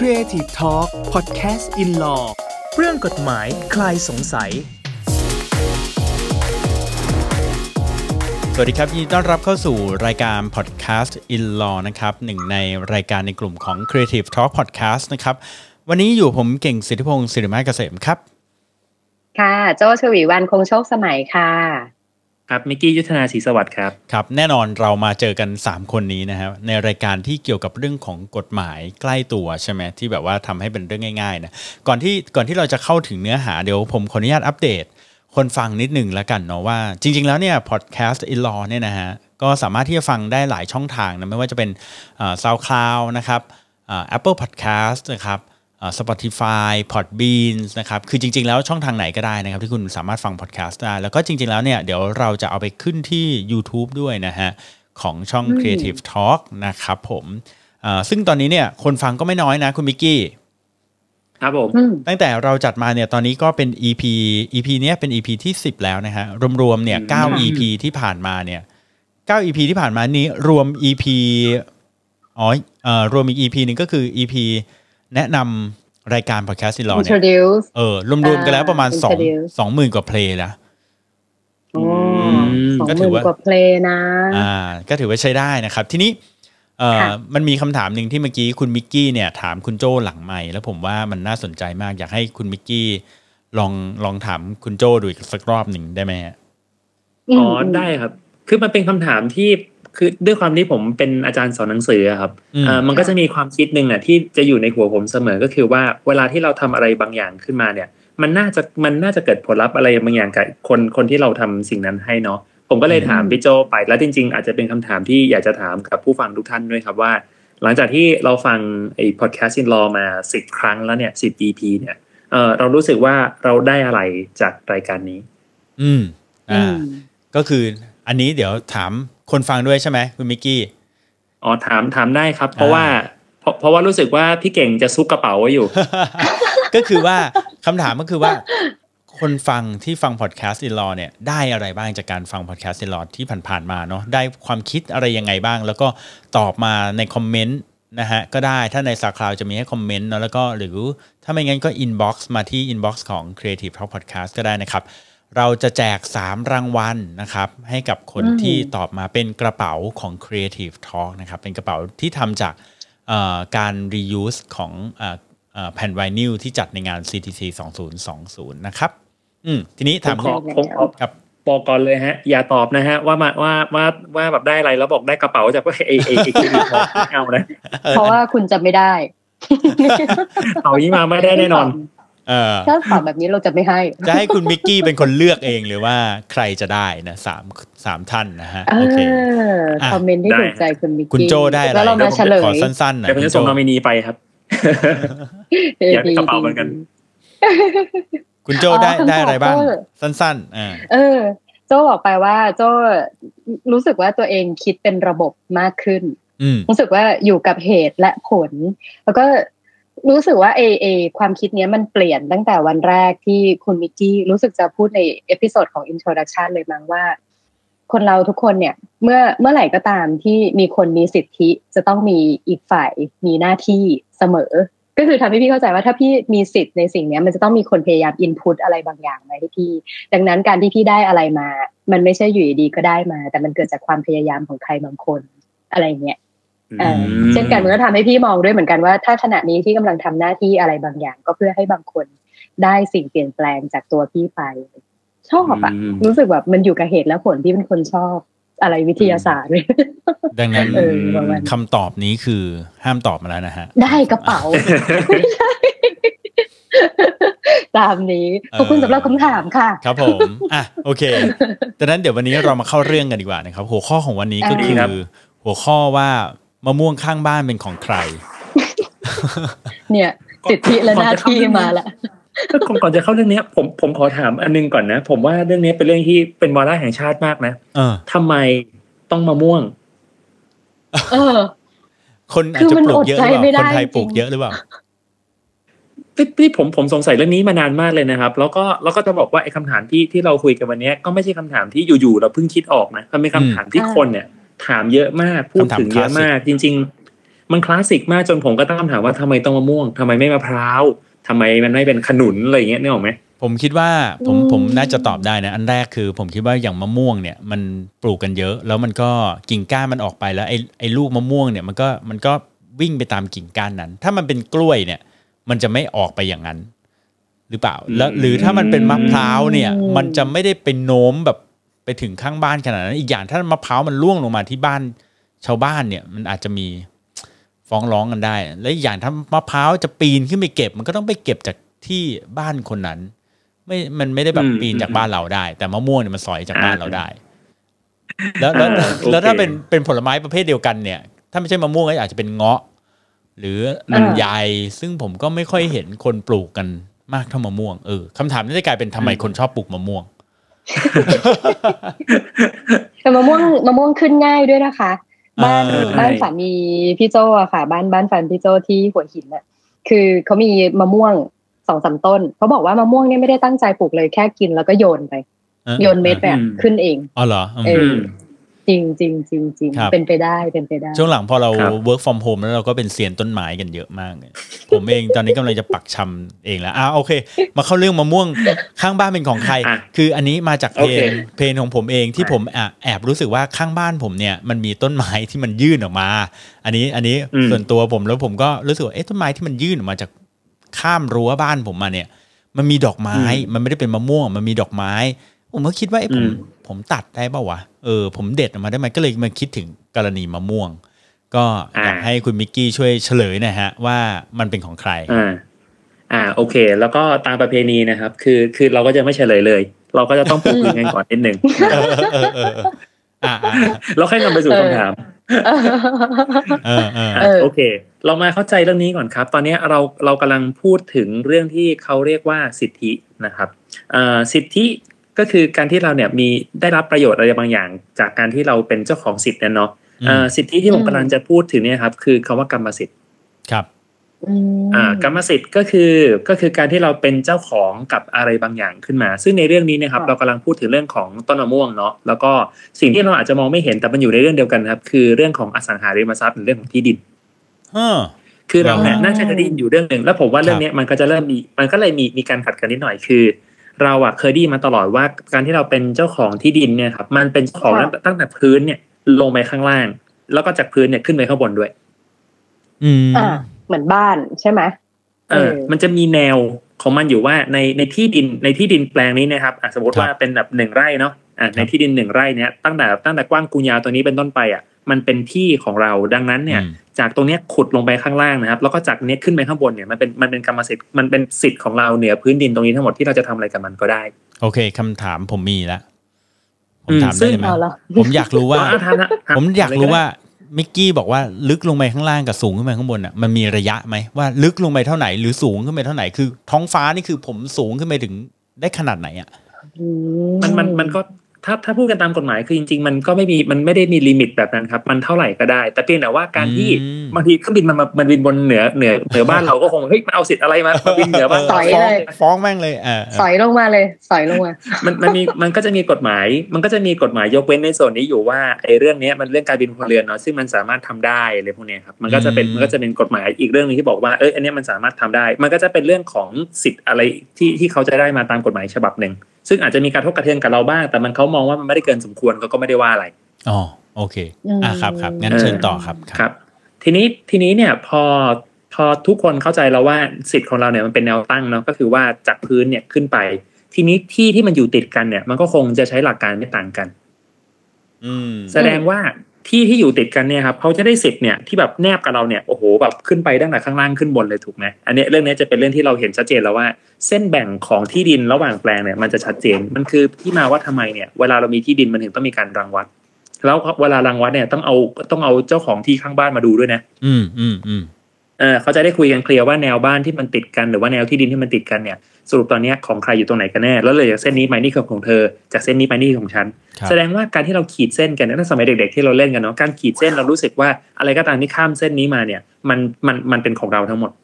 Creative Talk Podcast in Law เรื่องกฎหมายคลายสงสัยสวัสดีครับยินดีต้อนรับเข้าสู่รายการ Podcast in Law นะครับหนึ่งในรายการในกลุ่มของ Creative Talk Podcast นะครับวันนี้อยู่ผมเก่งสิทธิพงศ์สิริมาเกษมครับค่ะโจ้ชวีวรรณคงโชคสมัยค่ะครับมิกกี้ยุทธนาศรีสวัสดิ์ครับครับแน่นอนเรามาเจอกัน3คนนี้นะครับในรายการที่เกี่ยวกับเรื่องของกฎหมายใกล้ตัวใช่ไหมที่แบบว่าทำให้เป็นเรื่องง่ายๆนะก่อนที่เราจะเข้าถึงเนื้อหาเดี๋ยวผมขออนุญาตอัปเดตคนฟังนิดหนึ่งแล้วกันเนาะว่าจริงๆแล้วเนี่ย Podcast in Law เนี่ยนะฮะก็สามารถที่จะฟังได้หลายช่องทางนะไม่ว่าจะเป็นSoundCloud นะครับApple Podcast นะครับSpotify Podbean นะครับคือจริงๆแล้วช่องทางไหนก็ได้นะครับที่คุณสามารถฟัง podcast ได้แล้วก็จริงๆแล้วเนี่ยเดี๋ยวเราจะเอาไปขึ้นที่ YouTube ด้วยนะฮะของช่อง Creative Talk นะครับผมซึ่งตอนนี้เนี่ยคนฟังก็ไม่น้อยนะคุณมิกกี้ครับผมตั้งแต่เราจัดมาเนี่ยตอนนี้ก็เป็น EP เนี้ยเป็น EP ที่10แล้วนะฮะรวมๆเนี่ย9 EP ที่ผ่านมาเนี่ย9 EP ที่ผ่านมานี้รวม EP รวมอีก EP นึงก็คือ EPแนะนำรายการ Podcast in Law เนี่ยรวมๆกันแล้วประมาณ20,000 กว่าเพลย์แล้วก็ถือว่ากว่าเพลย์นะก็ถือว่าใช้ได้นะครับทีนี้มันมีคำถามหนึ่งที่เมื่อกี้คุณมิกกี้เนี่ยถามคุณโจ้หลังไมค์แล้วผมว่ามันน่าสนใจมากอยากให้คุณมิกกี้ลองถามคุณโจ้ดูอีกสักรอบหนึ่งได้ไหมฮะได้ครับคือมันเป็นคำถามที่คือด้วยความที่ผมเป็นอาจารย์สอนหนังสือครับมันก็จะมีความคิดนึงที่จะอยู่ในหัวผมเสมอก็คือว่าเวลาที่เราทำอะไรบางอย่างขึ้นมาเนี่ยมันน่าจะเกิดผลลัพธ์อะไรบางอย่างกับคนที่เราทำสิ่งนั้นให้เนาะผมก็เลยถามพี่โจไปแล้วจริงๆอาจจะเป็นคำถามที่อยากจะถามกับผู้ฟังทุกท่านด้วยครับว่าหลังจากที่เราฟังไอ้ Podcast in Law มา10 ครั้งแล้วเนี่ย10 EP เนี่ยเรารู้สึกว่าเราได้อะไรจากรายการนี้ก็คืออันนี้เดี๋ยวถามคนฟังด้วยใช่ไหมคุณมิกกี้ถามได้ครับเพราะว่ารู้สึกว่าพี่เก่งจะซุกกระเป๋าไว้อยู่ก็คือว่าคำถามก็คือว่าคนฟังที่ฟัง Podcast in Law เนี่ยได้อะไรบ้างจากการฟัง Podcast in Law ที่ผ่านๆมาเนาะได้ความคิดอะไรยังไงบ้างแล้วก็ตอบมาในคอมเมนต์นะฮะก็ได้ถ้าใน SoundCloud จะมีให้คอมเมนต์เนาะแล้วก็หรือถ้าไม่งั้นก็ inbox มาที่ inbox ของ Creative Talk Podcast ก็ได้นะครับเราจะแจก3รางวัลนะครับให้กับคนที่ตอบมาเป็นกระเป๋าของ Creative Talk นะครับเป็นกระเป๋าที่ทำจากการ reuse ของแผ่นไวนิลที่จัดในงาน CTC 2020นะครับทีนี้ถามผมกับบอกก่อนเลยฮะอย่าตอบนะฮะว่าแบบได้อะไรแล้วบอกได้กระเป๋าจากไอ้Creative Talk ไม่เอานะเพราะว่าคุณจะไม่ได้เอานี้มาไม่ได้แน่นอนถ้าตอบแบบนี้เราจะไม่ให้จะให้คุณมิกกี้เป็นคนเลือกเองหรือว่าใครจะได้นะ3ท่านนะฮะโอเคคอมเมนต์ที่ถูกใจคุณมิกกี้คุณโจได้อะไรแล้วเรามาเฉลยขอสั้นๆหน่อยเดี๋ยวผมจะส่งนอมินีไปครับอยากกระเป๋าเหมือนกันคุณโจได้อะไรบ้างสั้นๆโจบอกไปว่าโจรู้สึกว่าตัวเองคิดเป็นระบบมากขึ้นรู้สึกว่าอยู่กับเหตุและผลแล้วก็รู้สึกว่าความคิดนี้มันเปลี่ยนตั้งแต่วันแรกที่คุณมิกกี้รู้สึกจะพูดในเอพิโซดของ Introduction เลยมั้งว่าคนเราทุกคนเนี่ยเมื่อไหร่ก็ตามที่มีคนมีสิทธิจะต้องมีอีกฝ่ายมีหน้าที่เสมอก็คือทำให้พี่เข้าใจว่าถ้าพี่มีสิทธิ์ในสิ่งนี้มันจะต้องมีคนพยายามอินพุตอะไรบางอย่างมาให้พี่ดังนั้นการที่พี่ได้อะไรมามันไม่ใช่อยู่ดีก็ได้มาแต่มันเกิดจากความพยายามของใครบางคนอะไรเงี้ยเช่นกันมันก็ทำให้พี่มองด้วยเหมือนกันว่าถ้าขณะนี้ที่กำลังทำหน้าที่อะไรบางอย่างก็เพื่อให้บางคนได้สิ่งเปลี่ยนแปลงจากตัวพี่ไปชอบรู้สึกแบบมันอยู่กับเหตุและผลที่เป็นคนชอบอะไรวิทยาศาสตร์ดังนั้นคำตอบนี้คือห้ามตอบมาแล้วนะฮะได้กระเป๋าตามนี้ขอบคุณสำหรับคำถามค่ะครับผมโอเคดังนั้นเดี๋ยววันนี้เรามาเข้าเรื่องกันดีกว่านะครับหัวข้อของวันนี้ก็คือหัวข้อว่ามะม่วงข้างบ้านเป็นของใครเนี่ยสิทธิและหน้าที่มาละก่อนจะเข้าเรื่องนี้ผมขอถามอันนึงก่อนนะผมว่าเรื่องนี้เป็นเรื่องที่เป็นวาระแห่งชาติมากนะทำไมต้องมะม่วงคนอาจจะปลูกเยอะหรือเปล่าคนไทยปลูกเยอะหรือเปล่าที่ผมสงสัยเรื่องนี้มานานมากเลยนะครับแล้วก็จะบอกว่าไอ้คำถามที่เราคุยกันวันนี้ก็ไม่ใช่คำถามที่อยู่ๆเราเพิ่งคิดออกนะมันเป็นคำถามที่คนเนี่ยถามเยอะมากพูดถึงเยอะมากจริงๆมันคลาสสิกมากจนผมก็ตั้งคำถามว่าทำไมต้องมะม่วงทำไมไม่มะพร้าวทำไมมันไม่เป็นขนุนอะไรอย่างเงี้ยนึกออกไหมผมคิดว่าผมน่าจะตอบได้นะอันแรกคือผมคิดว่าอย่างมะม่วงเนี่ยมันปลูกกันเยอะแล้วมันก็กิ่งก้านมันออกไปแล้วไอ้ลูกมะม่วงเนี่ยมันก็วิ่งไปตามกิ่งก้านนั้นถ้ามันเป็นกล้วยเนี่ยมันจะไม่ออกไปอย่างนั้นหรือเปล่าแล้วหรือถ้ามันเป็นมะพร้าวเนี่ยมันจะไม่ได้ไปโน้มแบบไปถึงข้างบ้านขนาดนั้นอีกอย่างถ้ามะพร้าวมันร่วงลงมาที่บ้านชาวบ้านเนี่ยมันอาจจะมีฟ้องร้องกันได้และอีกอย่างถ้ามะพร้าวจะปีนขึ้นไปเก็บมันก็ต้องไปเก็บจากที่บ้านคนนั้นมันไม่ได้แบบปีนจากบ้านเราได้แต่มะม่วงเนี่ยมันสอยจากบ้านเราได้แล้วถ้าเป็นผลไม้ประเภทเดียวกันเนี่ยถ้าไม่ใช่มะม่วงก็อาจจะเป็นเงาะหรือลำไยซึ่งผมก็ไม่ค่อยเห็นคนปลูกกันมากเท่ามะม่วงคำถามนี้จะกลายเป็นทำไมคนชอบปลูกมะม่วงแต่มะม่วงขึ้นง่ายด้วยนะคะบ้านสามีพี่โจอะค่ะบ้านแฟนพี่โจที่หัวหินน่ะคือเขามีมะม่วง 2-3 ต้นเขาบอกว่ามะม่วงเนี่ยไม่ได้ตั้งใจปลูกเลยแค่กินแล้วก็โยนไปโยนเม็ดไปขึ้นเองอ๋อเหรอจริงเป็นไปได้ช่วงหลังพอเรา work from home แล้วเราก็เป็นเซียนต้นไม้กันเยอะมากเลยผมเองตอนนี้กำลังจะปักชำเองแล้วโอเคมาเข้าเรื่องมะม่วงข้างบ้านเป็นของใครคืออันนี้มาจากเพลงของผมเองที่ผมแอบรู้สึกว่าข้างบ้านผมเนี่ยมันมีต้นไม้ที่มันยื่นออกมาอันนี้ส่วนตัวผมแล้วผมก็รู้สึกว่าต้นไม้ที่มันยื่นออกมาจากข้ามรั้วบ้านผมมาเนี่ยมันมีดอกไม้มันไม่ได้เป็นมะม่วงมันมีดอกไม้ผมก็คิดว่าผมตัดได้ป่าววะผมเด็ดออกมาได้ไหมก็เลยมาคิดถึงกรณีมะม่วงก็อยากให้คุณมิกกี้ช่วยเฉลยหน่อยฮะว่ามันเป็นของใครโอเคแล้วก็ตามประเพณีนะครับคือเราก็จะไม่เฉลยเลยเราก็จะต้องพูดคุยกันก่อนนิดนึงเราค่อยนำไปสู่คำถามโอเคเรามาเข้าใจเรื่องนี้ก่อนครับตอนนี้เรากำลังพูดถึงเรื่องที่เขาเรียกว่าสิทธินะครับสิทธิก็คือการที่เราเนี่ยมีได้รับประโยชน์อะไรบางอย่างจากการที่เราเป็นเจ้าของสิทธิ์เนาะสิทธิที่ผมกำลังจะพูดถึงเนี่ยครับคือคำว่ากรรมสิทธิ์ครับกรรมสิทธิ์ก็คือการที่เราเป็นเจ้าของกับอะไรบางอย่างขึ้นมาซึ่งในเรื่องนี้นะครับเรากำลังพูดถึงเรื่องของต้นมะม่วงเนาะแล้วก็สิ่งที่เราอาจจะมองไม่เห็นแต่มันอยู่ในเรื่องเดียวกันครับคือเรื่องของอสังหาริมทรัพย์หรือเรื่องของที่ดินคือเราเนี่ยน่าจะได้ยินอยู่เรื่องนึงแล้วผมว่าเรื่องนี้มันก็จะเริ่มมันก็เลยมีการขัดกันนิดหน่อยคือเราเคยได้ยินมาตลอดว่าการที่เราเป็นเจ้าของที่ดินเนี่ยครับมันเป็นของตั้งแต่พื้นเนี่ยลงไปข้างล่างแล้วก็จากพื้นเนี่ยขึ้นไปข้างบนด้วยเหมือนบ้านใช่ไหมมันจะมีแนวของมันอยู่ว่าในที่ดินแปลงนี้นะครับสมมติว่าเป็นแบบ1 ไร่เนาะในที่ดิน1 ไร่เนี่ยตั้งแต่กว้างกูยาวตัวนี้เป็นต้นไปมันเป็นที่ของเราดังนั้นเนี่ยจากตรงนี้ขุดลงไปข้างล่างนะครับแล้วก็จากนี้ขึ้นไปข้างบนเนี่ยมันเป็นกรรมสิทธิ์มันเป็นสิทธิ์ของเราเหนือพื้นดินตรงนี้ทั้งหมดที่เราจะทำอะไรกับมันก็ได้โอเคคำถามผมมีแล้วผมถามได้ไหมผมอยากรู้ว่ามิกกี้บอกว่าลึกลงไปข้างล่างกับสูงขึ้นไปข้างบนมันมีระยะไหมว่าลึกลงไปเท่าไหนหรือสูงขึ้นไปเท่าไหนคือท้องฟ้านี่คือผมสูงขึ้นไปถึงได้ขนาดไหนมันก็ถ้าพูดกันตามกฎหมายคือจริงๆมันก็มันไม่ได้มีลิมิตแบบนั้นครับมันเท่าไหร่ก็ได้แต่เพียงแต่ว่าการที่บางทีเครื่องบินมันบินบนเหนือบ้านเราก็คงเฮ้ยมันเอาสิทธิ์อะไรมาบินเหนือบ้านฟ้องแม่งเลยสอยลงมามันก็จะมีกฎหมายยกเว้นในส่วนนี้อยู่ว่าไอ้เรื่องนี้มันเรื่องการบินพลเรือนเนาะซึ่งมันสามารถทำได้อะไรพวกนี้ครับมันก็จะเป็นกฎหมายอีกเรื่องนึงที่บอกว่าอันนี้มันสามารถทำได้มันก็จะเป็นเรื่องของสิทธิ์อะไรที่เขาจะได้มาตามกฎหมายฉบับนึงซึ่งอาจจะมีการทบกระเทือนกับเราบ้างแต่เขามองว่ามันไม่ได้เกินสมควรก็ไม่ได้ว่าอะไรโอเคครับงั้นเชิญต่อครับทีนี้เนี่ยพอทุกคนเข้าใจแล้วว่าสิทธิ์ของเราเนี่ยมันเป็นแนวตั้งเนาะก็คือว่าจากพื้นเนี่ยขึ้นไปทีนี้ที่มันอยู่ติดกันเนี่ยมันก็คงจะใช้หลักการไม่ต่างกันแสดงว่าที่อยู่ติดกันเนี่ยครับเขาจะได้สิทธิ์เนี่ยที่แบบแนบกับเราเนี่ยโอ้โหแบบขึ้นไปตั้งแต่ข้างล่างขึ้นบนเลยถูกไหมอันนี้เรื่องนี้จะเป็นเรื่องที่เราเห็นชัดเจนแล้วว่าเส้นแบ่งของที่ดินระหว่างแปลงเนี่ยมันจะชัดเจนมันคือที่มาว่าทำไมเนี่ยเวลาเรามีที่ดินมันถึงต้องมีการรังวัดแล้วเวลารังวัดเนี่ยต้องเอาเจ้าของที่ข้างบ้านมาดูด้วยนะเขาจะได้คุยกันเคลียร์ว่าแนวบ้านที่มันติดกันหรือว่าแนวที่ดินที่มันติดกันเนี่ยสรุปตอนนี้ของใครอยู่ตรงไหนกันแน่แล้วเลยจากเส้นนี้ไปนี่คือของเธอจากเส้นนี้ไปนี่ของฉันแสดงว่าการที่เราขีดเส้นกันตั้งแต่สมัยเด็กๆที่เราเล่นกันเนาะการขีดเส้นเรารู้สึกว่าอะไรก็ตามที่ข้ามเส้นนี้มาเนี่ยมันเป็นของเราทั้งหมด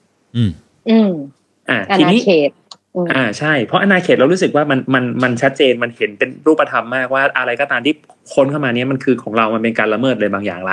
ทีนี้ใช่เพราะอาณาเขตเรารู้สึกว่ามันชัดเจนมันเห็นเป็นรูปธรรมมากว่าอะไรก็ตามที่ค้นเข้ามาเนี้ยมันคือของเรามันเป็นการละเมิดเลยบางอย่างละ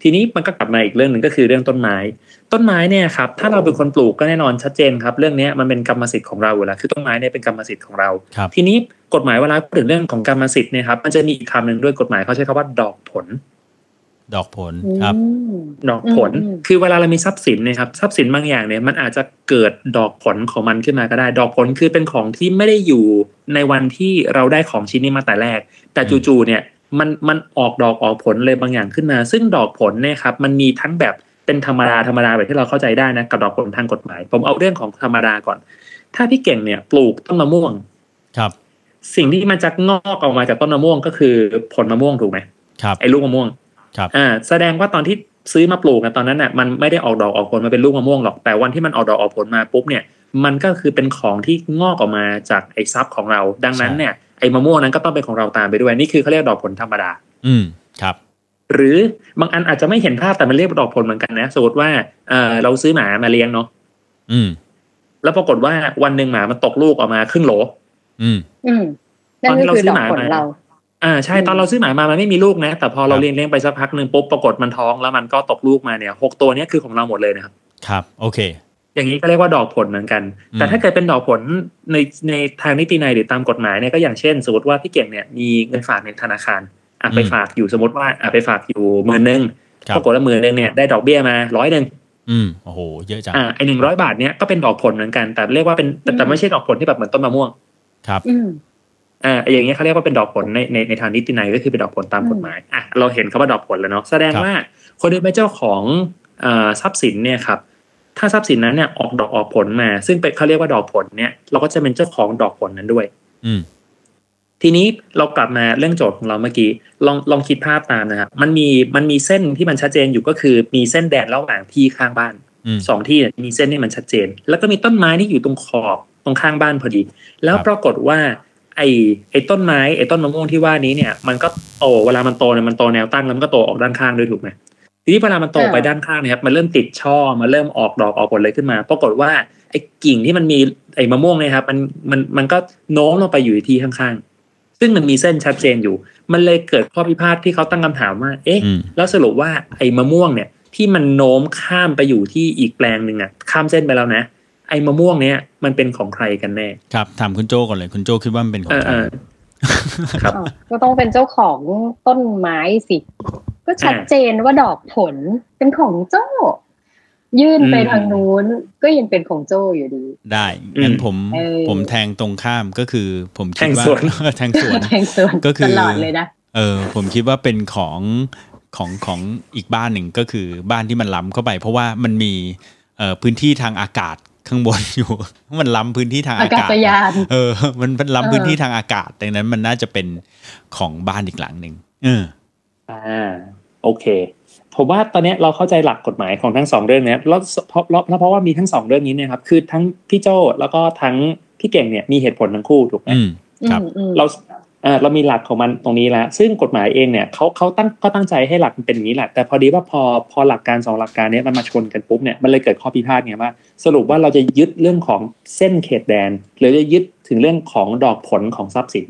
ทีนี้มันก็กลับมาอีกเรื่องนึงก็คือเรื่องต้นไม้เนี่ยครับถ้าเราเป็นคนปลูกก็แน่นอนชัดเจนครับเรื่องนี้มันเป็นกรรมสิทธิ์ของเราอยู่แล้วคือต้นไม้เนี่ยเป็นกรรมสิทธิ์ของเราทีนี้กฎหมายเวลาพูดถึงเรื่องของกรรมสิทธิ์เนี่ยครับมันจะมีอีกคำหนึ่งด้วยกฎหมายเขาใช้คำว่าดอกผลครับดอกผลคือเวลาเรามีทรัพย์สินเนี่ยครับทรัพย์สินบางอย่างเนี่ยมันอาจจะเกิดดอกผลของมันขึ้นมาก็ได้ดอกผลคือเป็นของที่ไม่ได้อยู่ในวันที่เราได้ของชิ้นนี้มาแต่แรกแต่จู่ๆเนี่ยมันออกดอกออกผลเลยบางอย่างขึ้นมาซึ่งดอกผลเนี่ยครับมันมีทั้งแบบเป็นธรรมดาแบบที่เราเข้าใจได้นะกับดอกผลทางกฎหมายผมเอาเรื่องของธรรมดาก่อนถ้าพี่เก่งเนี่ยปลูกต้นมะม่วงครับสิ่งที่มันจะงอกออกมาจากต้นมะม่วงก็คือผลมะม่วงถูกไหมครับไอ้ลูกมะม่วงครับแสดงว่าตอนที่ซื้อมาปลูกตอนนั้นน่ะมันไม่ได้ออกดอกออกผลมาเป็นลูกมะม่วงหรอกแต่วันที่มันออกดอกออกผลมาปุ๊บเนี่ยมันก็คือเป็นของที่งอกออกมาจากไอ้ทรัพย์ของเราดังนั้นเนี่ยไอ้มะม่วงนั้นก็ต้องเป็นของเราตามไปด้วยนี่คือเขาเรียกดอกผลธรรมดาครับหรือบางอันอาจจะไม่เห็นภาพแต่มันเรียกดอกผลเหมือนกันนะสมมติว่าเราซื้อหมามาเลี้ยงเนาะแล้วปรากฏว่าวันนึงหมามันตกลูกออกมาครึ่งโหลตอนที่เราซื้อหมาใช่ตอนเราซื้อหมามามันไม่มีลูกนะแต่พอเราเลี้ยงไปสักพักนึงปุ๊บปรากฏมันท้องแล้วมันก็ตกลูกมาเนี่ย6ตัวนี้คือของเราหมดเลยนะครับครับโอเคอย่างนี้ก็เรียกว่าดอกผลเหมือนกันแต่ถ้าเกิดเป็นดอกผลในทางนิตินัยหรือตามกฎหมายเนี่ยก็อย่างเช่นสมมติว่าพี่เก่งเนี่ยมีเงินฝากในธนาคารไปฝากอยู่สมมติว่าไปฝากอยู่10,000ปรากฏว่า10,000เนี่ยได้ดอกเบี้ยมาโอ้โหเยอะจังไอ้100 บาทเนี่ยก็เป็นดอกผลเหมือนกันแต่เรียกว่าเป็นแต่ไม่ใช่ดอกผลที่แบบเหมือนต้นมะม่วงครับอย่างเงี้ยเขาเรียกว่าเป็นดอกผลในทางนิตินัยก็คือเป็นดอกผลตามกฎหมายเราเห็นคำว่าดอกผลแล้วเนาะแสดงว่าคนที่เป็นเจ้าของทรัพย์สินเนี่ยครับถ้าทรัพย์สินนั้นเนี่ยออกดอกออกผลมาซึ่งเป็นเขาเรียกว่าดอกผลเนี่ยเราก็จะเป็นเจ้าของดอกผลนั้นด้วยทีนี้เรากลับมาเรื่องโจทย์ของเราเมื่อกี้ลองคิดภาพตามนะครับมันมีเส้นที่มันชัดเจนอยู่ก็คือมีเส้นแดนระหว่างที่ข้างบ้าน2ที่มีเส้นที่มันชัดเจนแล้วก็มีต้นไม้ที่อยู่ตรงขอบตรงข้างบ้านพอดีแล้วปรากฏว่าไอ้ต้นไม้ไอ้ต้นมะม่วงที่ว่านี้เนี่ยมันก็โตเวลามันโตเนี่ยมันโตแนวตั้งแล้วมันก็โตออกด้านข้างด้วยถูกไหมทีนี้เวลามันโตไปด้านข้างเนี่ยครับมันเริ่มติดช่อมาเริ่มออกดอกออกผลเลยขึ้นมาปรากฏว่าไอ้กิ่งที่มันมีไอ้มะม่วงเนี่ยครับมันก็โน้มลงไปอยู่ที่ข้างๆซึ่งมันมีเส้นชัดเจนอยู่มันเลยเกิดข้อพิพาทที่เขาตั้งคำถามว่าแล้วสรุปว่าไอ้มะม่วงเนี่ยที่มันโน้มข้ามไปอยู่ที่อีกแปลงนึงข้ามเส้นไปแล้วนะไอ้มะม่วงเนี้ยมันเป็นของใครกันแน่ครับถามคุณโจ้ก่อนเลยคุณโจ้คิดว่ามันเป็นของใครครับก็ต้องเป็นเจ้าของต้นไม้สิก็ชัดเจนว่าดอกผลเป็นของโจ้ยื่นไปทางนู้นก็ยังเป็นของโจ้อยู่ดีได้งั้นผมแทงตรงข้ามก็คือผมคิดว่าแทงสวนก็คือตลอดเลยนะผมคิดว่าเป็นของอีกบ้านหนึ่งก็คือบ้านที่มันล้ำเข้าไปเพราะว่ามันมีพื้นที่ทางอากาศข้างบนอยู่มันล้ำพื้นที่ทางอากาศมันล้ำพื้นที่ทางอากาศดังนั้นมันน่าจะเป็นของบ้านอีกหลังหนึ่งโอเคผมว่าตอนนี้เราเข้าใจหลักกฎหมายของทั้ง2เรื่องนี้แล้วเพราะว่ามีทั้ง2เรื่องนี้เนี่ยครับคือทั้งพี่โจ้แล้วก็ทั้งพี่เก่งเนี่ยมีเหตุผลทั้งคู่ถูกไหมครับเรามีหลักของมันตรงนี้แล้วซึ่งกฎหมายเองเนี่ยเขาตั้งใจให้หลักมันเป็นอย่างนี้แหละแต่พอดีว่าพอหลักการ2หลักการนี้มันมาชนกันปุ๊บเนี่ยมันเลยเกิดข้อพิพาทไงว่าสรุปว่าเราจะยึดเรื่องของเส้นเขตแดนหรือจะยึดถึงเรื่องของดอกผลของทรัพย์สิน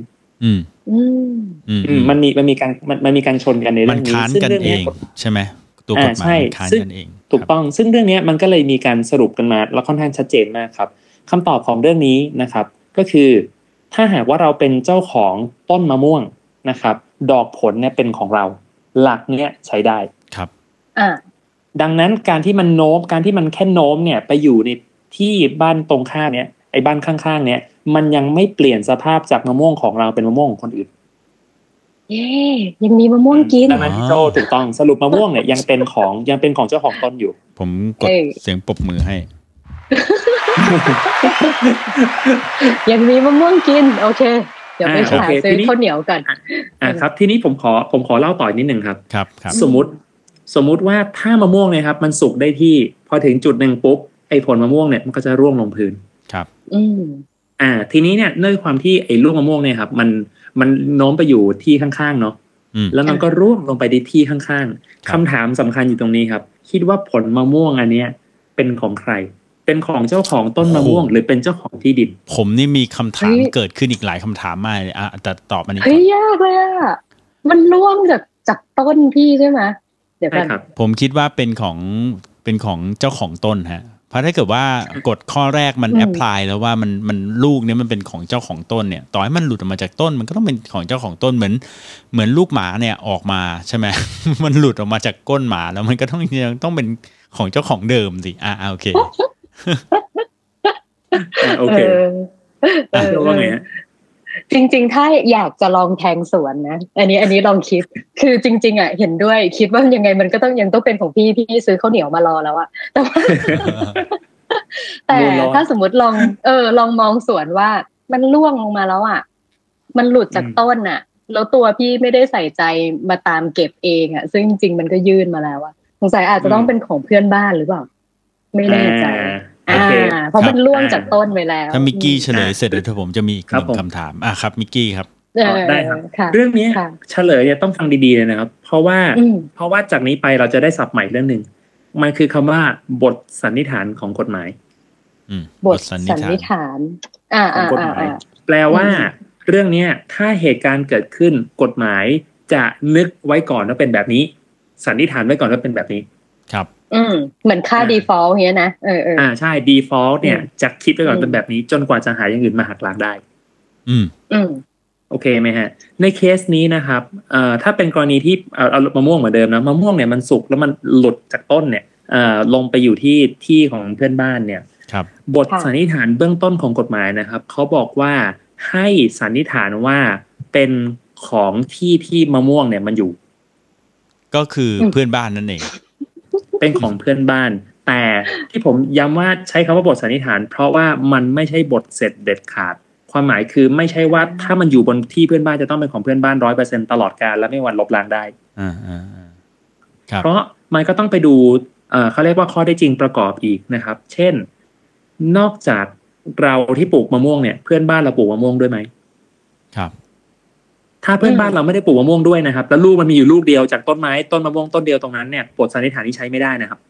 มันมีการชนกันในเรื่องนี้ซึ่งเรื่องนี้ใช่ไหมตัวกฎหมายค้านกันเองถูกต้องซึ่งเรื่องนี้มันก็เลยมีการสรุปกันมาแล้วค่อนข้างชัดเจนมากครับคำตอบของเรื่องนี้นะครับก็คือถ้าหากว่าเราเป็นเจ้าของต้นมะม่วงนะครับดอกผลเนี่ยเป็นของเราหลักเนี้ยใช้ได้ครับดังนั้นการที่มันโน้มการที่มันแค่โน้มเนี่ยไปอยู่ในที่บ้านตรงข้ามเนี่ยไอ้บ้านข้างๆเนี่ยมันยังไม่เปลี่ยนสภาพจากมะม่วงของเราเป็นมะม่วงของคนอื่นยังมีมะม่วงกินดังนั้นพี่โจถูกต้องสรุปมะม่วงเนี่ยยังเป็นของเจ้าของต้นอยู่ผมกดเสียงปรบมือให้ยังมีมะม่วงกินโอเคเดี๋ยวไปหาซื้อข้าวเหนียวกันครับทีนี้ผมขอเล่าต่อนิดนึงครับครับสมมุติว่าถ้ามะม่วงเนี่ยครับมันสุกได้ที่พอถึงจุดนึงปุ๊บไอ้ผลมะม่วงเนี่ยมันก็จะร่วงลงพื้นครับทีนี้เนี่ยด้วยความที่ไอ้ลูกมะม่วงเนี่ยครับมันโน้มไปอยู่ที่ข้างๆเนาะแล้วมันก็ร่วงลงไปในที่ข้างๆคำถามสำคัญอยู่ตรงนี้ครับคิดว่าผลมะม่วงอันเนี้ยเป็นของใครเป็นของเจ้าของต้นมะม่วงหรือเป็นเจ้าของที่ดินผมนี่มีคำถามเกิดขึ้นอีกหลายคำถามมากเลยแต่ตอบอันนี้ยากเลยมันร่วงจากต้นพี่ใช่ไหมเดี๋ยวก่อนผมคิดว่าเป็นของเจ้าของต้นฮะเพราะถ้าเกิดว่ากฎข้อแรกมันแอพพลายแล้วว่ามันลูกเนี้ยมันเป็นของเจ้าของต้นเนี่ยต่อให้มันหลุดออกมาจากต้นมันก็ต้องเป็นของเจ้าของต้นเหมือนลูกหมาเนี่ยออกมาใช่ไหม มันหลุดออกมาจากก้นหมาแล้วมันก็ต้องเป็นของเจ้าของเดิมสิโอเคโอเคว่าไงฮะจริงๆถ้าอยากจะลองแทงสวนนะอันนี้ลองคิดคือจริงๆอ่ะเห็นด้วยคิดว่ายังไงมันก็ยังต้องเป็นของพี่ซื้อข้าวเหนียวมารอแล้วอะแต่ว่า แต่ถ้าสมมติลองมองสวนว่ามันร่วงลงมาแล้วอ่ะมันหลุดจากต้นอ่ะแล้วตัวพี่ไม่ได้ใส่ใจมาตามเก็บเองอ่ะซึ่งจริงๆมันก็ยื่นมาแล้วอ่ะสงสัยอาจจะต้องเป็นของเพื่อนบ้านหรือเปล่าไม่แน่ใจเพราะมันร่วงจากต้นไปแล้วถ้ามิกกี้เฉลยเสร็จเดี๋ยวผมจะมีอีกหนึ่งคำถามครับมิกกี้ครับได้ครับเรื่องนี้เฉลยเนี่ยต้องฟังดีๆเลยนะครับเพราะว่าจากนี้ไปเราจะได้ศัพท์ใหม่เรื่องนึงมันคือคำว่าบทสันนิษฐานของกฎหมายบทสันนิษฐานของกฎหมายแปลว่าเรื่องนี้ถ้าเหตุการณ์เกิดขึ้นกฎหมายจะนึกไว้ก่อนว่าเป็นแบบนี้สันนิษฐานไว้ก่อนว่าเป็นแบบนี้ครับเหมือนค่า default เงี้ยนะใช่ default เนี่ยจะคิดไว้ก่อนเป็นแบบนี้จนกว่าจะหาอย่างอื่นมาหักล้างได้โอเคไหมฮะในเคสนี้นะครับถ้าเป็นกรณีที่เอามะม่วงเหมือนเดิมนะมะม่วงเนี่ยมันสุกแล้วมันหลุดจากต้นเนี่ยลงไปอยู่ที่ของเพื่อนบ้านเนี่ยบทสันนิษฐานเบื้องต้นของกฎหมายนะครับเขาบอกว่าให้สันนิษฐานว่าเป็นของที่มะม่วงเนี่ยมันอยู่ก็คือเพื่อนบ้านนั่นเองเป็นของเพื่อนบ้านแต่ที่ผมย้ำว่าใช้คำว่าบทสันนิษฐานเพราะว่ามันไม่ใช่บทเสร็จเด็ดขาดความหมายคือไม่ใช่ว่าถ้ามันอยู่บนที่เพื่อนบ้านจะต้องเป็นของเพื่อนบ้าน 100% ตลอดกาลและไม่มีวันลบล้างได้เพราะมันก็ต้องไปดูเขาเรียกว่าข้อเท็จจริงประกอบอีกนะครับเช่นนอกจากเราที่ปลูกมะม่วงเนี่ยเพื่อนบ้านเราปลูกมะม่วงด้วยไหมครับถ้าเพื่อนบ้านเราไม่ได้ปลูกมะม่วงด้วยนะครับแล้วลูกมันมีอยู่ลูกเดียวจากต้นไม้ต้นมะม่วงต้นเดียวตรงนั้นเนี่ยบทสันนิษฐานนี้ใช้ไม่ได้นะครับ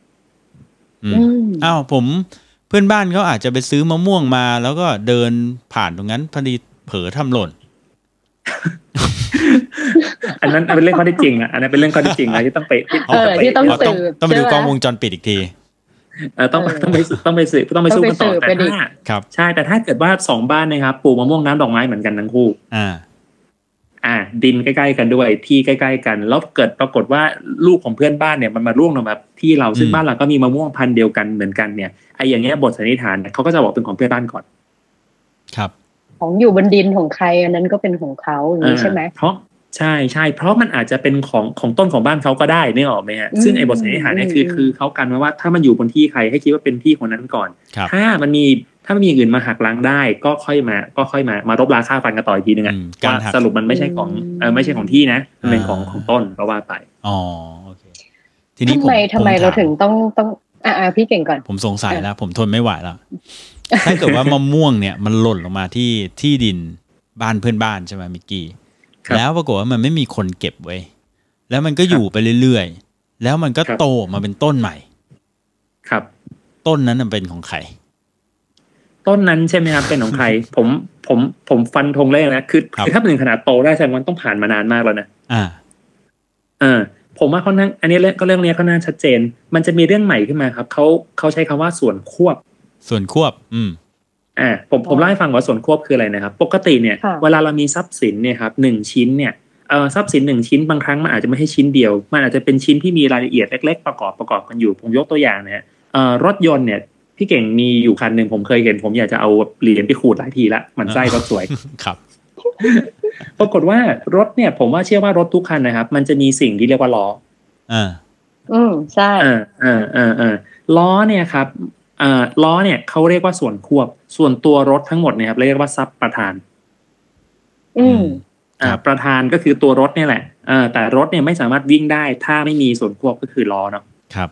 ผมเพื่อนบ้านเขาอาจจะไปซื้อมะม่วงมาแล้วก็เดินผ่านตรงนั้นพอดีเผลอทำหล่นอันนั้นเป็นเรื่องข้อเท็จจริงอันนั้นเป็นเรื่องข้อเท็จจริงนะที่ต้องไปที่ต้องไปดูกล้องวงจรปิดอีกทีต้องไปสู้กันต่อแต่ถ้าใช่แต่ถ้าเกิดว่า2บ้านนะครับปลูกมะม่วงน้ำดอกไม้เหมือนกันทั้งคู่ดินใกล้ๆกันด้วยที่ใกล้ๆกันแล้วเกิดปรากฏว่าลูกของเพื่อนบ้านเนี่ยมันมาร่วงลงมาที่เราซึ่งบ้านเราก็มีมะม่วงพันธุ์เดียวกันเหมือนกันเนี่ยไอ้อย่างเงี้ยบทสันนิษฐานเขาก็จะบอกเป็นของเพื่อนบ้านก่อนครับของอยู่บนดินของใครอันนั้นก็เป็นของเขาอย่างนี้ใช่ไหมเพราะใช่เพราะมันอาจจะเป็นของต้นของบ้านเขาก็ได้นึกออกไหมฮะซึ่งไอ้บทสันนิษฐานเนี่ยคือเขากันว่าถ้ามันอยู่บนที่ใครให้คิดว่าเป็นที่ของนั้นก่อนถ้ามันมีอย่างอื่นมาหักล้างได้ก็ค่อยมารบราค่าฟันกันต่ออีกทีนึงว่าสรุปมันไม่ใช่ของที่นะมันเป็นของต้นก็ว่าไปโอเคทีนี้ทำไมเราถึงต้องพี่เก่งก่อนผมสงสัยแล้วผมทนไม่ไหวแล้วถ้าเกิดว่ามะม่วงเนี่ยมันหล่นลงมาที่ดินบ้านเพื่อนบ้านใช่ไหมมิกกี้แล้วปรากฏว่ามันไม่มีคนเก็บไว้แล้วมันก็อยู่ไปเรื่อยๆแล้วมันก็โตมาเป็นต้นใหม่ครับต้นนั้นมันเป็นของใครต้นนั้นใช่ไหมครับเป็นของใครผมฟันธงเลยนะคือถ้าเป็นขนาดโตได้แสดงว่าต้องผ่านมานานมากแล้วนะผมว่าค่อนข้างอันนี้เรื่องนี้ค่อนข้างชัดเจนมันจะมีเรื่องใหม่ขึ้นมาครับเขาใช้คำว่าส่วนควบผมเล่าให้ฟังว่าส่วนควบคืออะไรนะครับปกติเนี่ยเวลาเรามีทรัพย์สินเนี่ยครับ1ชิ้นเนี่ยทรัพย์สิน1ชิ้นบางครั้งมันอาจจะไม่ใช่ชิ้นเดียวมันอาจจะเป็นชิ้นที่มีรายละเอียดเล็กๆประกอบกันอยู่ผมยกตัวอย่างเนี่ยรถยนต์เนี่ยพี่เก่งมีอยู่คันหนึ่งผมเคยเห็นผมอยากจะเอาเหรียญไปขูดหลายทีละมันไส้รถสวยครับปรากฏว่ารถเนี่ยผมว่าเชื่อว่ารถทุกคันนะครับมันจะมีสิ่งที่เรียกว่าล้อใช่ล้อเนี่ยครับล้อเนี่ยเขาเรียกว่าส่วนควบส่วนตัวรถทั้งหมดเนี่ยครับเรียกว่าซับประธานประธานก็คือตัวรถเนี่ยแหละแต่รถเนี่ยไม่สามารถวิ่งได้ถ้าไม่มีส่วนควบก็คือล้อเนาะครับ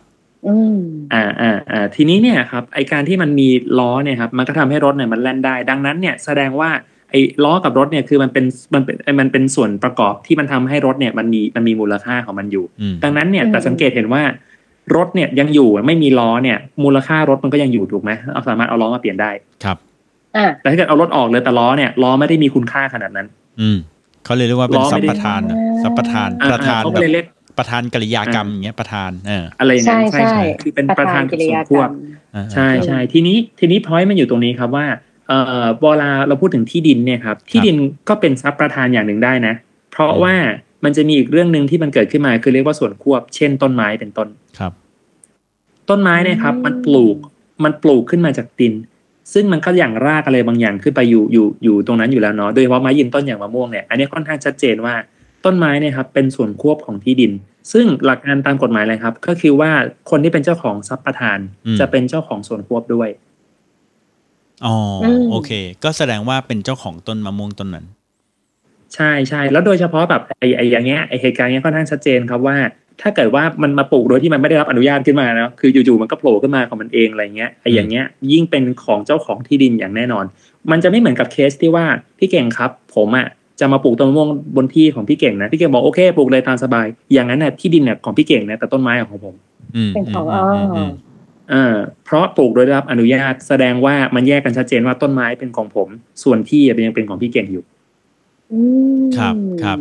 ทีนี้เนี่ยครับไอการที่มันมีล้อเนี่ยครับมันก็ทำให้รถเนี่ยมันแล่นได้ดังนั้นเนี่ยแสดงว่าไอล้อกับรถเนี่ยคือมันเป็นส่วนประกอบที่มันทำให้รถเนี่ยมันมีมูลค่าของมันอยู่ดังนั้นเนี่ยแต่สังเกตเห็นว่ารถเนี่ยยังอยู่ไม่มีล้อเนี่ยมูลค่ารถมันก็ยังอยู่ถูกไหมเอาสามารถเอาล้อมาเปลี่ยนได้ครับแต่ถ้าเกิดเอารถออกเลยแต่ล้อเนี่ยล้อไม่ได้มีคุณค่าขนาดนั้นเขาเลยเรียกว่าเป็นซับประธานซับประธานเขาเลยเรียกประธานกริยากรรมอย่างเงี้ยประธานอะไรอย่างนั้นใช่คือเป็นประธานส่วนควบใช่ทีนี้พอยต์มันอยู่ตรงนี้ครับว่าเวลาเราพูดถึงที่ดินเนี่ยครับที่ดินก็เป็นทรัพย์ประธานอย่างหนึ่งได้นะเพราะว่ามันจะมีอีกเรื่องนึงที่มันเกิดขึ้นมาคือเรียกว่าส่วนควบเช่นต้นไม้เป็นต้นครับต้นไม้เนี่ยครับมันปลูกขึ้นมาจากดินซึ่งมันก็อย่างรากอะไรบางอย่างขึ้นไปอยู่ตรงนั้นอยู่แล้วเนาะโดยเฉพาะไม้ยืนต้นอย่างมะม่วงเนี่ยอันนี้ค่อนข้างชัดเจนว่าต้นไม้เนี่ยครับเป็นส่วนควบของที่ดินซึ่งหลักการตามกฎหมายเลยครับก็คือว่าคนที่เป็นเจ้าของทรัพย์ประธานจะเป็นเจ้าของส่วนควบด้วยอ๋อโอเคก็แสดงว่าเป็นเจ้าของต้นมะม่วงต้นนั้นใช่แล้วโดยเฉพาะแบบไอ้อย่างเงี้ยไอ้เหตุการณ์เนี้ยค่อนข้างชัดเจนครับว่าถ้าเกิดว่ามันมาปลูกโดยที่มันไม่ได้รับอนุญาตขึ้นมานะคืออยู่ๆมันก็โผล่ขึ้นมาของมันเองอะไรเงี้ยไอ้อย่างเงี้ยยิ่งเป็นของเจ้าของที่ดินอย่างแน่นอนมันจะไม่เหมือนกับเคสที่ว่าพี่เก่งครับผมอ่ะจะมาปลูกต้นมะม่วงบนที่ของพี่เก่งนะพี่เก่งบอกโอเคปลูกเลยตามสบายอย่างนั้นน่ะที่ดินเนี่ยของพี่เก่งนะแต่ต้นไม้ของผมเป็นของเพราะปลูกโดยได้รับอนุญาตแสดงว่ามันแยกกันชัดเจนว่าต้นไม้เป็นของผมส่วนที่ยังเป็นของพี่เก่งอยู่ครับครับ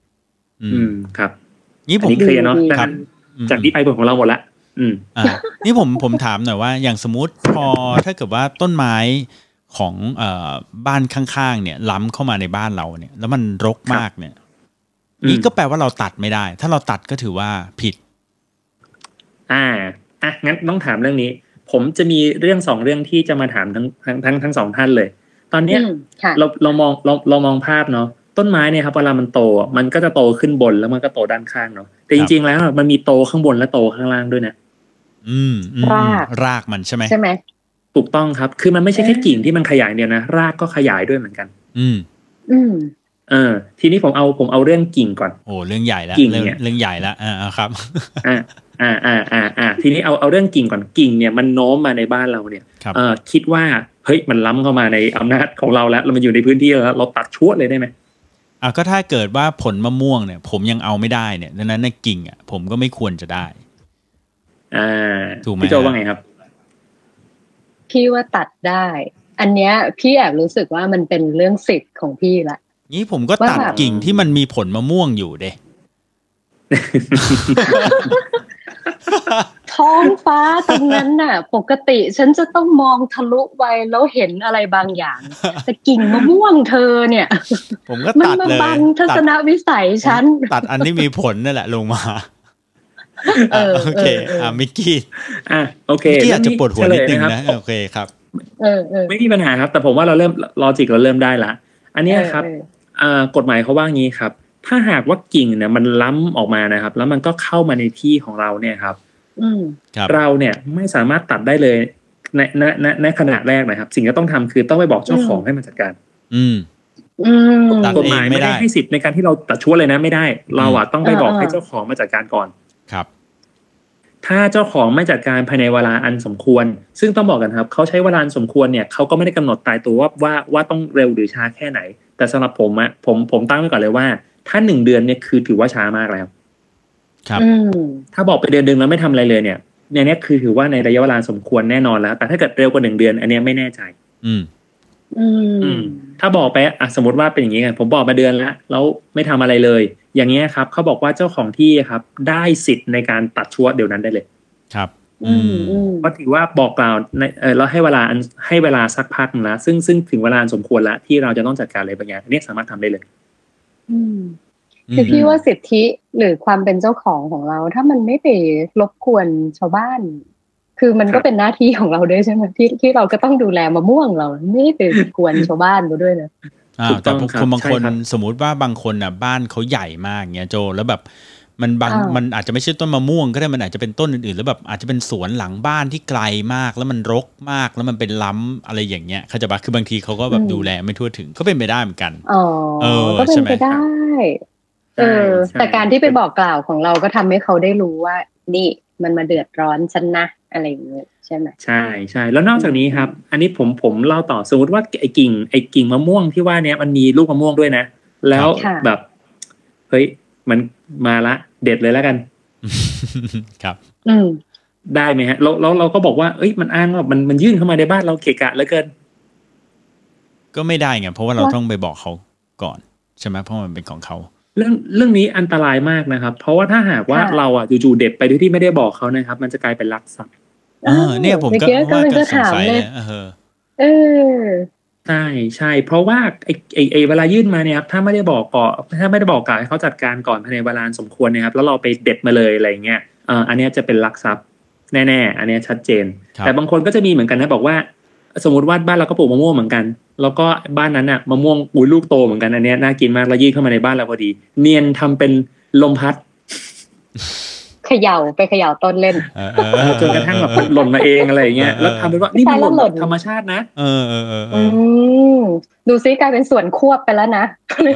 นี่ผมเคลียร์เนาะจากนี้ไปผลของเราหมดละนี่ผมถามหน่อยว่าอย่างสมมุติพอถ้าเกิดว่าต้นไม้ของบ้านข้างๆเนี่ยล้ำเข้ามาในบ้านเราเนี่ยแล้วมันรกมากเนี่ยนี่ก็แปลว่าเราตัดไม่ได้ถ้าเราตัดก็ถือว่าผิดงั้นต้องถามเรื่องนี้ผมจะมีเรื่อง2เรื่องที่จะมาถามทั้งสองท่านเลยตอนเนี้ยเรามองภาพเนาะต้นไม้เนี่ยครับเวลามันโตมันก็จะโตขึ้นบนแล้วมันก็โตด้านข้างเนาะแต่จริงๆแล้วมันมีโตข้างบนและโตข้างล่างด้วยนะรากมันใช่ไหมถูกต้องครับคือมันไม่ใช่แค่กิ่งที่มันขยายเดียวนะรากก็ขยายด้วยเหมือนกันทีนี้ผมเอาเรื่องกิ่งก่อนโอ้เรื่องใหญ่แล้วเรื่องใหญ่แล้วครับทีนี้เอาเรื่องกิ่งก่อนกิ่งเนี่ยมันโน้มมาในบ้านเราเนี่ยคิดว่าเฮ้ยมันล้ำเข้ามาในอำนาจของเราแล้วมันอยู่ในพื้นที่แล้วเราตัดชั่วเลยได้ไหมก็ถ้าเกิดว่าผลมะม่วงเนี่ยผมยังเอาไม่ได้เนี่ยดังนั้นในกิ่งผมก็ไม่ควรจะได้ถูกไหมพี่โจว่าไงครับพี่ว่าตัดได้อันเนี้ยพี่แอบรู้สึกว่ามันเป็นเรื่องสิทธิ์ของพี่ละนี่ผมก็ตัดกิ่งที่มันมีผลมะม่วงอยู่เด้ท้องฟ้าตรงนั้นน่ะปกติฉันจะต้องมองทะลุไปแล้วเห็นอะไรบางอย่างแต่กิ่งมะม่วงเธอเนี่ยผมก็ตัดเลยมันบังทัศนวิสัยฉันตัดอันที่มีผลนั่นแหละลงมาโอเคมิกกี้โอเคมิกกี้อาจจะปวดหัวนิดนึงนะโอเคครับไม่มีปัญหาครับแต่ผมว่าเราเริ่มลอจิกเราเริ่มได้ละอันนี้ครับกฎหมายเขาว่างี้ครับถ้าหากว่ากิ่งเนี่ยมันล้ำออกมานะครับแล้วมันก็เข้ามาในที่ของเราเนี่ยครับเราเนี่ยไม่สามารถตัดได้เลยในขณะแรกนะครับสิ่งที่ต้องทำคือต้องไปบอกเจ้าของให้มาจัดการกฎหมายไม่ได้ให้สิทธิ์ในการที่เราตัดชั่วเลยนะไม่ได้เราต้องไปบอกให้เจ้าของมาจัดการก่อนครับถ้าเจ้าของไม่จัดการภายในเวลาอันสมควรซึ่งต้องบอกกันครับเขาใช้เวลาอันสมควรเนี่ยเขาก็ไม่ได้กำหนดตายตัวว่าต้องเร็วหรือช้าแค่ไหนแต่สำหรับผมตั้งไว้ก่อนเลยว่าถ้า1 เดือนเนี่ยคือถือว่าช้ามากแล้วครับถ้าบอกไปเดือนนึงแล้วไม่ทำอะไรเลยเนี่ยเนี่ยคือถือว่าในระยะเวลาสมควรแน่นอนแล้วแต่ถ้าเกิดเร็วกว่า1 เดือนอันนี้ไม่แน่ใจถ้าบอกไปสมมติว่าเป็นอย่างนี้กันผมบอกมาเดือนแล้วไม่ทำอะไรเลยอย่างเงี้ยครับเขาบอกว่าเจ้าของที่ครับได้สิทธิ์ในการตัดชั่วเดี๋ยวนั้นได้เลยครับก็ถือว่าบอกกล่าวเราให้เวลาสักพักนะซึ่งถึงเวลาสมควรแล้วที่เราจะต้องจัดการอะไรบางอย่างนี่สามารถทำได้เลยคือพี่ว่าสิทธิหรือความเป็นเจ้าของเราถ้ามันไม่ไปรบกวนชาวบ้านคือมันก็เป็นหน้าที่ของเราด้วยใช่ไหมที่เราก็ต้องดูแลมะม่วงเราไม่ไปกวนชาวบ้านเราด้วยนะแต่บางคนสมมุติว่าบางคนบ้านเขาใหญ่มากเงี้ยโจแล้วแบบมันอาจจะไม่ใช่ต้นมะม่วงก็ได้มันอาจจะเป็นต้นอื่นๆแล้วแบบอาจจะเป็นสวนหลังบ้านที่ไกลมากแล้วมันรกมากแล้วมันเป็นล้ำอะไรอย่างเงี้ยเขาจะคือบางทีเขาก็แบบดูแลไม่ทั่วถึงก็เป็นไปได้เหมือนกันก็เป็นไปได้แต่การที่ไปบอกกล่าวของเราก็ทำให้เขาได้รู้ว่านี่มันมาเดือดร้อนฉันนะอะไรอย่างเงี้ยใช่ไหมใช่แล้วนอกจากนี้ครับอันนี้ผมเล่าต่อสมมติว่าไอ้กิ่งมะม่วงที่ว่าเนี้ยมันมีลูกมะม่วงด้วยนะแล้วแบบเฮ้ยมันมาละเด็ดเลยแล้วกันครับได้ไหมฮะเราก็บอกว่าเอ้ยมันอ้างว่ามันยื่นเข้ามาในบ้านเราเกะกะเหลือเกินก็ไม่ได้ไงเพราะว่าเราต้องไปบอกเขาก่อนใช่ไหมเพราะมันเป็นของเขาเรื่องนี้อันตรายมากนะครับเพราะว่าถ้าหากว่าเราอ่ะจู่ๆเด็ดไปโดยที่ไม่ได้บอกเขานะครับมันจะกลายเป็นลักทรัพย์เนี่ยผมก็ว่าจะสงสัยเลยใช่เพราะว่าไอเวลายื่นมาเนี่ยครับถ้าไม่ได้บอกก่อนถ้าไม่ได้บอกกล่าวให้เขาจัดการก่อนภายในเวลาสมควรนะครับแล้วเราไปเด็ดมาเลยอะไรเงี้ยอันนี้จะเป็นลักทรัพย์แน่ๆอันนี้ชัดเจนแต่บางคนก็จะมีเหมือนกันนะบอกว่าสมมติว่าบ้านเราก็ปลูกมะม่วงเหมือนกันแล้วก็บ้านนั้นน่ะมะม่วงลูกโตเหมือนกันอันนี้น่ากินมากแล้วยื่นเข้ามาในบ้านเราพอดีเนียนทำเป็นลมพัดเขย่าต้นเล่นจนกระทั่งแบบหล่นมาเองอะไรอย่างเงี้ยแล้วทำเป็นว่านี่มันหล่นธรรมชาตินะดูซิกลายเป็นส่วนควบไปแล้วนะ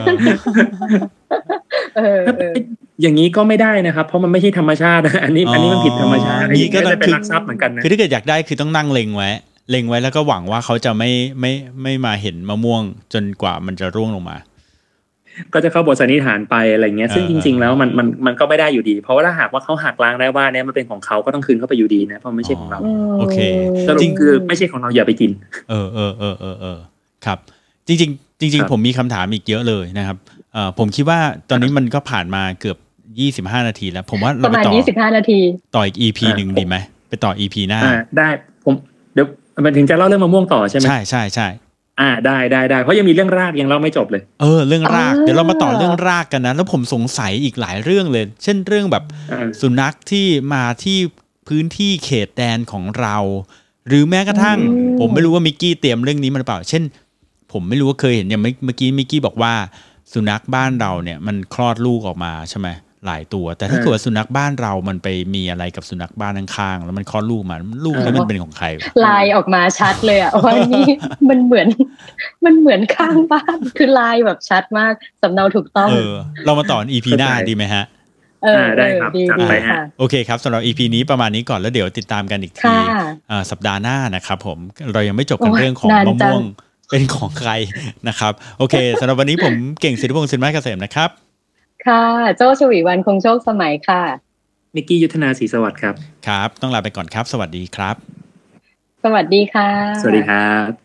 อย่างนี้ก็ไม่ได้นะครับเพราะมันไม่ใช่ธรรมชาติอันนี้มันผิดธรรมชาตินี่ก็เป็นลักทรัพย์เหมือนกันนะคือถ้าเกิดอยากได้คือต้องนั่งเล็งไว้แล้วก็หวังว่าเขาจะไม่มาเห็นมะม่วงจนกว่ามันจะร่วงลงมาก็จะเข้าบทสันนิษฐานไปอะไรเงี้ยซึ่งจริงๆแล้วมันก็ไม่ได้อยู่ดีเพราะว่าถ้าหากว่าเขาหักล้างได้ว่าเนี่ยมันเป็นของเขาก็ต้องคืนเข้าไปอยู่ดีนะเพราะไม่ใช่ของเราโอเคจริงคือไม่ใช่ของเราอย่าไปกินครับจริงผมมีคำถามอีกเยอะเลยนะครับผมคิดว่าตอนนี้มันก็ผ่านมาเกือบ25นาทีแล้วผมว่าเราไปต่อ 25นาทีต่ออีก EP นึงดีไหมไปต่อ EP หน้าได้ผมเดี๋ยวมันถึงจะเล่าเรื่องมะม่วงต่อใช่ไหมใช่ได้เพราะยังมีเรื่องรากยังเล่าไม่จบเลยเรื่องรากเดี๋ยวเรามาต่อเรื่องรากกันนะแล้วผมสงสัยอีกหลายเรื่องเลยเช่นเรื่องแบบสุนัขที่มาที่พื้นที่เขตแดนของเราหรือแม้กระทั่งผมไม่รู้ว่ามิกกี้เตรียมเรื่องนี้มาหรือเปล่าเช่นผมไม่รู้ว่าเคยเห็นอย่างเมื่อกี้มิกกี้บอกว่าสุนัขบ้านเราเนี่ยมันคลอดลูกออกมาใช่ไหมหลายตัวแต่ถ้าเกิดว่าสุนัขบ้านเรามันไปมีอะไรกับสุนัขบ้านข้างๆแล้วมันคลอดลูกมาลูกนี่มันเป็นของใครลายออกมาชัดเลยอะว่านี่มันเหมือนข้างบ้านคือลายแบบชัดมากสำเนาถูกต้องเรามาต่อ EP หน้าดีไหมฮะได้ครับจัดไปฮะโอเคครับสำหรับ EP นี้ประมาณนี้ก่อนแล้วเดี๋ยวติดตามกันอีกทีสัปดาห์หน้านะครับผมเรายังไม่จบกันเรื่องของมะม่วงเป็นของใครนะครับโอเคสำหรับวันนี้ผมเก่งศิริพงษ์สินไม้เกษมนะครับค่ะโจ้ชวีวรรณคงโชคสมัยค่ะนิกกี้ยุทธนาศรีสวัสดิ์ครับครับต้องลาไปก่อนครับสวัสดีครับสวัสดีค่ะสวัสดีครับ